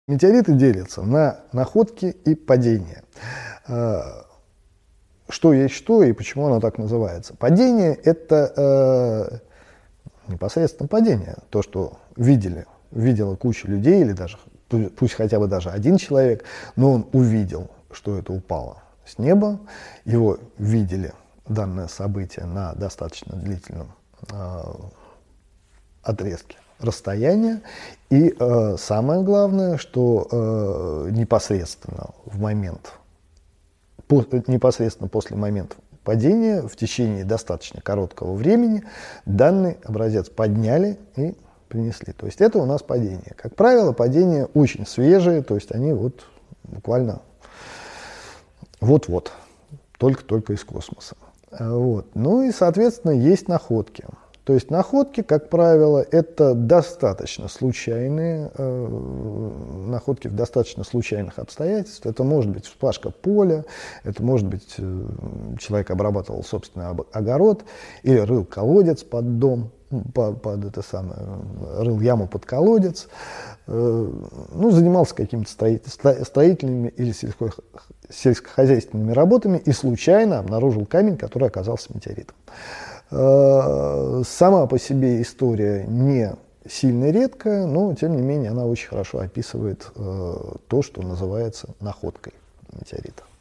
Метеориты делятся на находки и падения. Что есть что и почему оно так называется? Падение – это непосредственно падение. То, что видела куча людей, или даже, пусть хотя бы даже один человек, но он увидел, что это упало с неба, его видели, данное событие, на достаточно длительном отрезке расстояния. И самое главное, что непосредственно после момента падения, в течение достаточно короткого времени, данный образец подняли и принесли. То есть это у нас падение. Как правило, падения очень свежие, то есть они вот буквально вот-вот, только-только из космоса. Вот. Ну и, соответственно, есть находки. То есть находки, как правило, это достаточно случайные находки в достаточно случайных обстоятельствах. Это может быть вспашка поля, это может быть человек обрабатывал собственный огород или рыл колодец под дом, рыл яму под колодец, занимался какими-то строительными или сельскохозяйственными работами и случайно обнаружил камень, который оказался метеоритом. Сама по себе история не сильно редкая, но тем не менее она очень хорошо описывает то, что называется находкой метеорита.